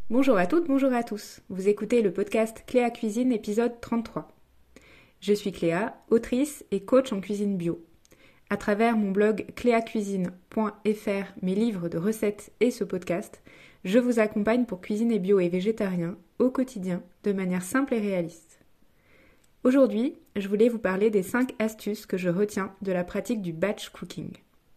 Bonjour à toutes, bonjour à tous. Vous écoutez le podcast Cléa Cuisine, épisode 33. Je suis Cléa, autrice et coach en cuisine bio. À travers mon blog cleacuisine.fr, mes livres de recettes et ce podcast, je vous accompagne pour cuisiner bio et végétarien au quotidien de manière simple et réaliste. Aujourd'hui, je voulais vous parler des 5 astuces que je retiens de la pratique du batch cooking.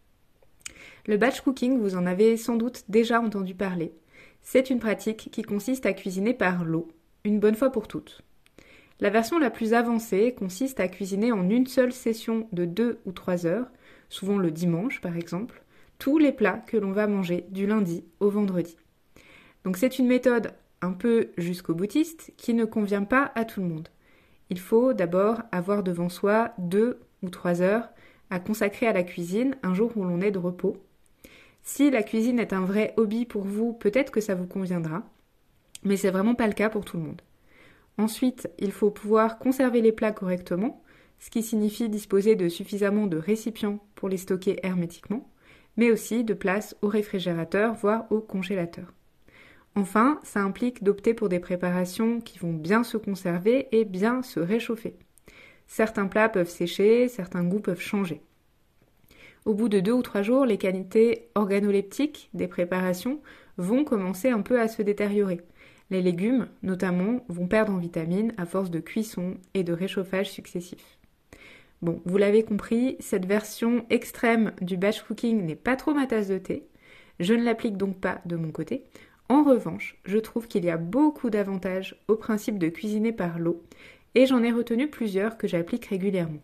Le batch cooking, vous en avez sans doute déjà entendu parler. C'est une pratique qui consiste à cuisiner par l'eau, une bonne fois pour toutes. La version la plus avancée consiste à cuisiner en une seule session de 2 ou 3 heures, souvent le dimanche par exemple, tous les plats que l'on va manger du lundi au vendredi. Donc c'est une méthode un peu jusqu'au boutiste qui ne convient pas à tout le monde. Il faut d'abord avoir devant soi 2 ou 3 heures à consacrer à la cuisine un jour où l'on est de repos. Si la cuisine est un vrai hobby pour vous, peut-être que ça vous conviendra, mais c'est vraiment pas le cas pour tout le monde. Ensuite, il faut pouvoir conserver les plats correctement, ce qui signifie disposer de suffisamment de récipients pour les stocker hermétiquement, mais aussi de place au réfrigérateur, voire au congélateur. Enfin, ça implique d'opter pour des préparations qui vont bien se conserver et bien se réchauffer. Certains plats peuvent sécher, certains goûts peuvent changer. Au bout de 2 ou 3 jours, les qualités organoleptiques des préparations vont commencer un peu à se détériorer. Les légumes, notamment, vont perdre en vitamines à force de cuisson et de réchauffage successifs. Bon, vous l'avez compris, cette version extrême du batch cooking n'est pas trop ma tasse de thé. Je ne l'applique donc pas de mon côté. En revanche, je trouve qu'il y a beaucoup d'avantages au principe de cuisiner par l'eau et j'en ai retenu plusieurs que j'applique régulièrement.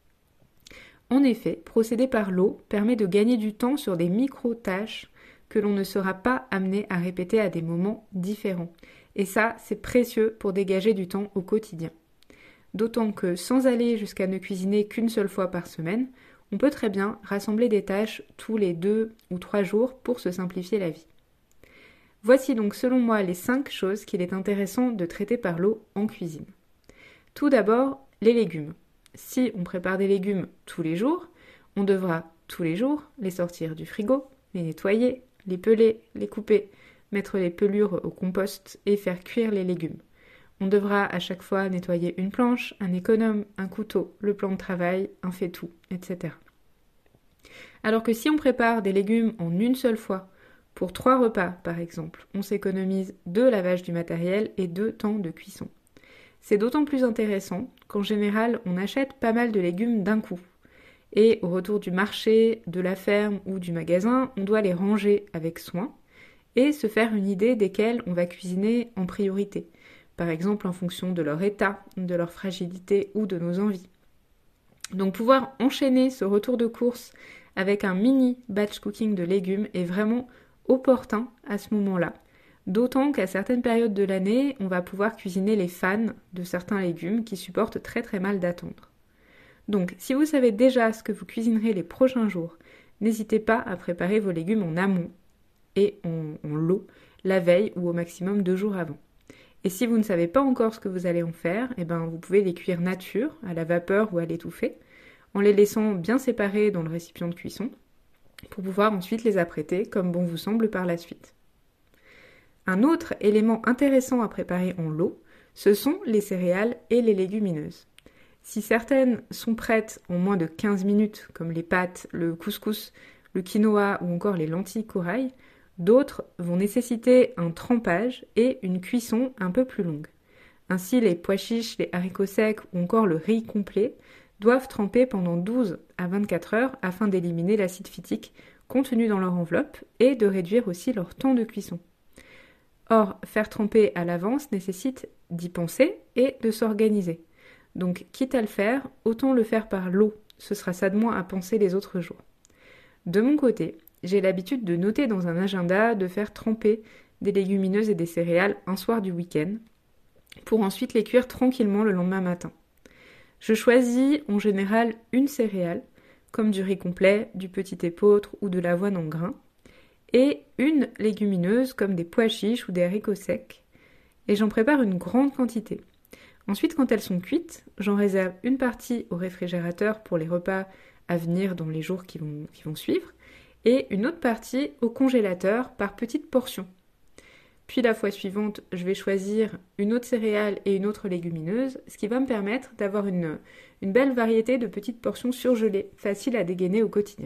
En effet, procéder par l'eau permet de gagner du temps sur des micro-tâches que l'on ne sera pas amené à répéter à des moments différents. Et ça, c'est précieux pour dégager du temps au quotidien. D'autant que sans aller jusqu'à ne cuisiner qu'une seule fois par semaine, on peut très bien rassembler des tâches tous les 2 ou 3 jours pour se simplifier la vie. Voici donc selon moi les 5 choses qu'il est intéressant de traiter par l'eau en cuisine. Tout d'abord, les légumes. Si on prépare des légumes tous les jours, on devra tous les jours les sortir du frigo, les nettoyer, les peler, les couper, mettre les pelures au compost et faire cuire les légumes. On devra à chaque fois nettoyer une planche, un économe, un couteau, le plan de travail, un fait-tout, etc. Alors que si on prépare des légumes en une seule fois, pour 3 repas par exemple, on s'économise 2 lavages du matériel et 2 temps de cuisson. C'est d'autant plus intéressant qu'en général, on achète pas mal de légumes d'un coup. Et au retour du marché, de la ferme ou du magasin, on doit les ranger avec soin et se faire une idée desquels on va cuisiner en priorité. Par exemple en fonction de leur état, de leur fragilité ou de nos envies. Donc pouvoir enchaîner ce retour de course avec un mini batch cooking de légumes est vraiment opportun à ce moment-là. D'autant qu'à certaines périodes de l'année, on va pouvoir cuisiner les fans de certains légumes qui supportent très très mal d'attendre. Donc, si vous savez déjà ce que vous cuisinerez les prochains jours, n'hésitez pas à préparer vos légumes en amont et en lot la veille ou au maximum 2 jours avant. Et si vous ne savez pas encore ce que vous allez en faire, vous pouvez les cuire nature, à la vapeur ou à l'étouffer, en les laissant bien séparés dans le récipient de cuisson, pour pouvoir ensuite les apprêter comme bon vous semble par la suite. Un autre élément intéressant à préparer en lot, ce sont les céréales et les légumineuses. Si certaines sont prêtes en moins de 15 minutes, comme les pâtes, le couscous, le quinoa ou encore les lentilles corail, d'autres vont nécessiter un trempage et une cuisson un peu plus longue. Ainsi, les pois chiches, les haricots secs ou encore le riz complet doivent tremper pendant 12 à 24 heures afin d'éliminer l'acide phytique contenu dans leur enveloppe et de réduire aussi leur temps de cuisson. Or, faire tremper à l'avance nécessite d'y penser et de s'organiser. Donc, quitte à le faire, autant le faire par l'eau. Ce sera ça de moins à penser les autres jours. De mon côté, j'ai l'habitude de noter dans un agenda de faire tremper des légumineuses et des céréales un soir du week-end pour ensuite les cuire tranquillement le lendemain matin. Je choisis en général une céréale, comme du riz complet, du petit épeautre ou de l'avoine en grains, et une légumineuse comme des pois chiches ou des haricots secs, et j'en prépare une grande quantité. Ensuite, quand elles sont cuites, j'en réserve une partie au réfrigérateur pour les repas à venir dans les jours qui vont suivre, et une autre partie au congélateur par petites portions. puis la fois suivante, je vais choisir une autre céréale et une autre légumineuse, ce qui va me permettre d'avoir une belle variété de petites portions surgelées, faciles à dégainer au quotidien.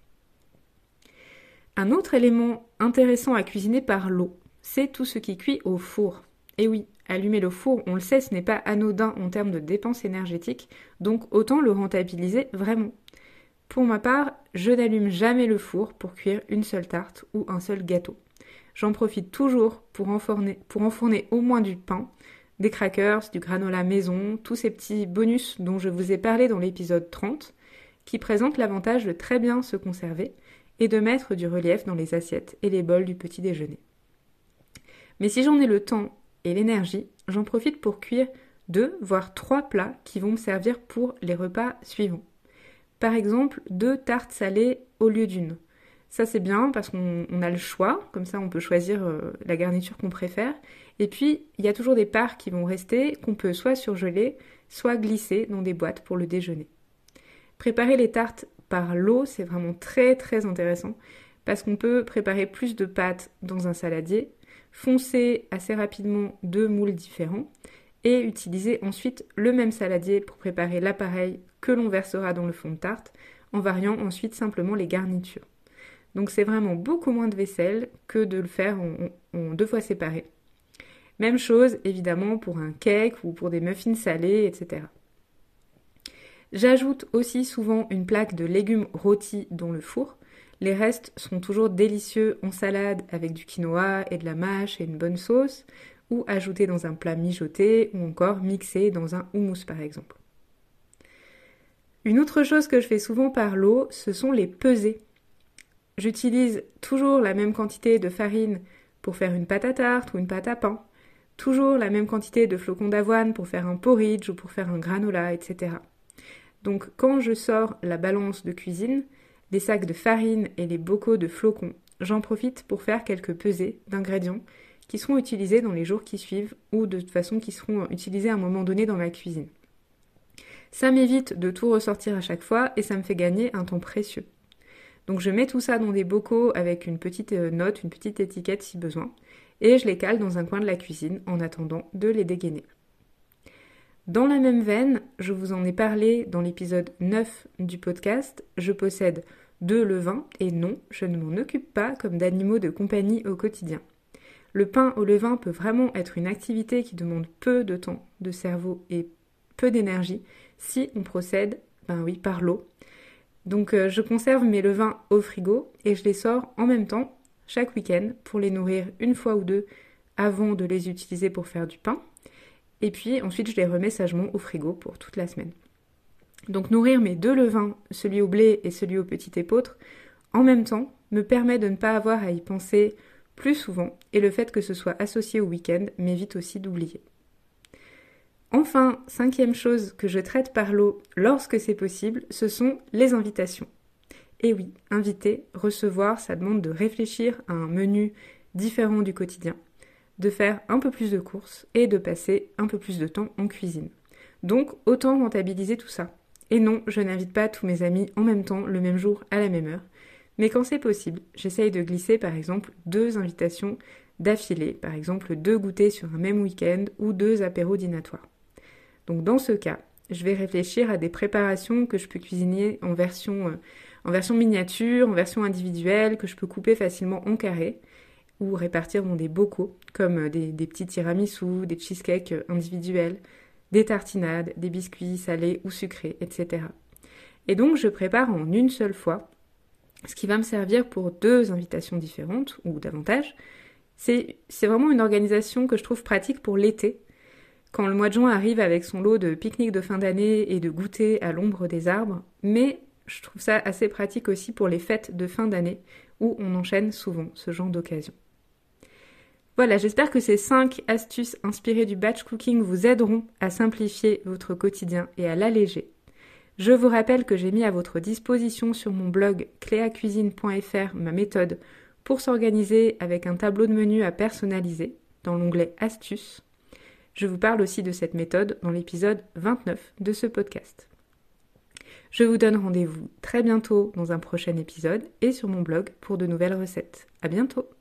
Un autre élément intéressant à cuisiner par l'eau, c'est tout ce qui cuit au four. Et oui, allumer le four, on le sait, ce n'est pas anodin en termes de dépenses énergétiques, donc autant le rentabiliser vraiment. Pour ma part, je n'allume jamais le four pour cuire une seule tarte ou un seul gâteau. J'en profite toujours pour enfourner au moins du pain, des crackers, du granola maison, tous ces petits bonus dont je vous ai parlé dans l'épisode 30, qui présentent l'avantage de très bien se conserver et de mettre du relief dans les assiettes et les bols du petit déjeuner. Mais si j'en ai le temps et l'énergie, j'en profite pour cuire 2 voire 3 plats qui vont me servir pour les repas suivants. Par exemple, 2 tartes salées au lieu d'une. Ça c'est bien parce qu'on a le choix, comme ça on peut choisir la garniture qu'on préfère. Et puis, il y a toujours des parts qui vont rester, qu'on peut soit surgeler, soit glisser dans des boîtes pour le déjeuner. Préparer les tartes par l'eau, c'est vraiment très très intéressant parce qu'on peut préparer plus de pâtes dans un saladier, foncer assez rapidement 2 moules différents et utiliser ensuite le même saladier pour préparer l'appareil que l'on versera dans le fond de tarte en variant ensuite simplement les garnitures. Donc c'est vraiment beaucoup moins de vaisselle que de le faire en 2 fois séparés. Même chose évidemment pour un cake ou pour des muffins salés, etc. J'ajoute aussi souvent une plaque de légumes rôtis dans le four. Les restes sont toujours délicieux en salade avec du quinoa et de la mâche et une bonne sauce, ou ajoutés dans un plat mijoté, ou encore mixés dans un houmous par exemple. Une autre chose que je fais souvent par l'eau, ce sont les pesées. J'utilise toujours la même quantité de farine pour faire une pâte à tarte ou une pâte à pain, toujours la même quantité de flocons d'avoine pour faire un porridge ou pour faire un granola, etc. Donc quand je sors la balance de cuisine, les sacs de farine et les bocaux de flocons, j'en profite pour faire quelques pesées d'ingrédients qui seront utilisés dans les jours qui suivent ou de toute façon qui seront utilisés à un moment donné dans ma cuisine. Ça m'évite de tout ressortir à chaque fois et ça me fait gagner un temps précieux. Donc je mets tout ça dans des bocaux avec une petite note, une petite étiquette si besoin, et je les cale dans un coin de la cuisine en attendant de les dégainer. Dans la même veine, je vous en ai parlé dans l'épisode 9 du podcast, je possède 2 levains et non, je ne m'en occupe pas comme d'animaux de compagnie au quotidien. Le pain au levain peut vraiment être une activité qui demande peu de temps, de cerveau et peu d'énergie si on procède, par l'eau. Donc je conserve mes levains au frigo et je les sors en même temps chaque week-end pour les nourrir une fois ou deux avant de les utiliser pour faire du pain. Et puis ensuite je les remets sagement au frigo pour toute la semaine. Donc nourrir mes 2 levains, celui au blé et celui au petit épeautre, en même temps me permet de ne pas avoir à y penser plus souvent et le fait que ce soit associé au week-end m'évite aussi d'oublier. Enfin, 5e chose que je traite par l'eau lorsque c'est possible, ce sont les invitations. Et oui, inviter, recevoir, ça demande de réfléchir à un menu différent du quotidien, de faire un peu plus de courses et de passer un peu plus de temps en cuisine. Donc, autant rentabiliser tout ça. Et non, je n'invite pas tous mes amis en même temps, le même jour, à la même heure. Mais quand c'est possible, j'essaye de glisser par exemple 2 invitations d'affilée, par exemple 2 goûters sur un même week-end ou 2 apéros dînatoires. Donc dans ce cas, je vais réfléchir à des préparations que je peux cuisiner en version miniature, en version individuelle, que je peux couper facilement en carrés ou répartir dans des bocaux, comme des petits tiramisus, des cheesecakes individuels, des tartinades, des biscuits salés ou sucrés, etc. Et donc je prépare en une seule fois, ce qui va me servir pour 2 invitations différentes ou davantage. C'est vraiment une organisation que je trouve pratique pour l'été, quand le mois de juin arrive avec son lot de pique-niques de fin d'année et de goûters à l'ombre des arbres, mais je trouve ça assez pratique aussi pour les fêtes de fin d'année où on enchaîne souvent ce genre d'occasion. Voilà, j'espère que ces 5 astuces inspirées du batch cooking vous aideront à simplifier votre quotidien et à l'alléger. Je vous rappelle que j'ai mis à votre disposition sur mon blog cleacuisine.fr ma méthode pour s'organiser avec un tableau de menu à personnaliser dans l'onglet Astuces. Je vous parle aussi de cette méthode dans l'épisode 29 de ce podcast. Je vous donne rendez-vous très bientôt dans un prochain épisode et sur mon blog pour de nouvelles recettes. À bientôt!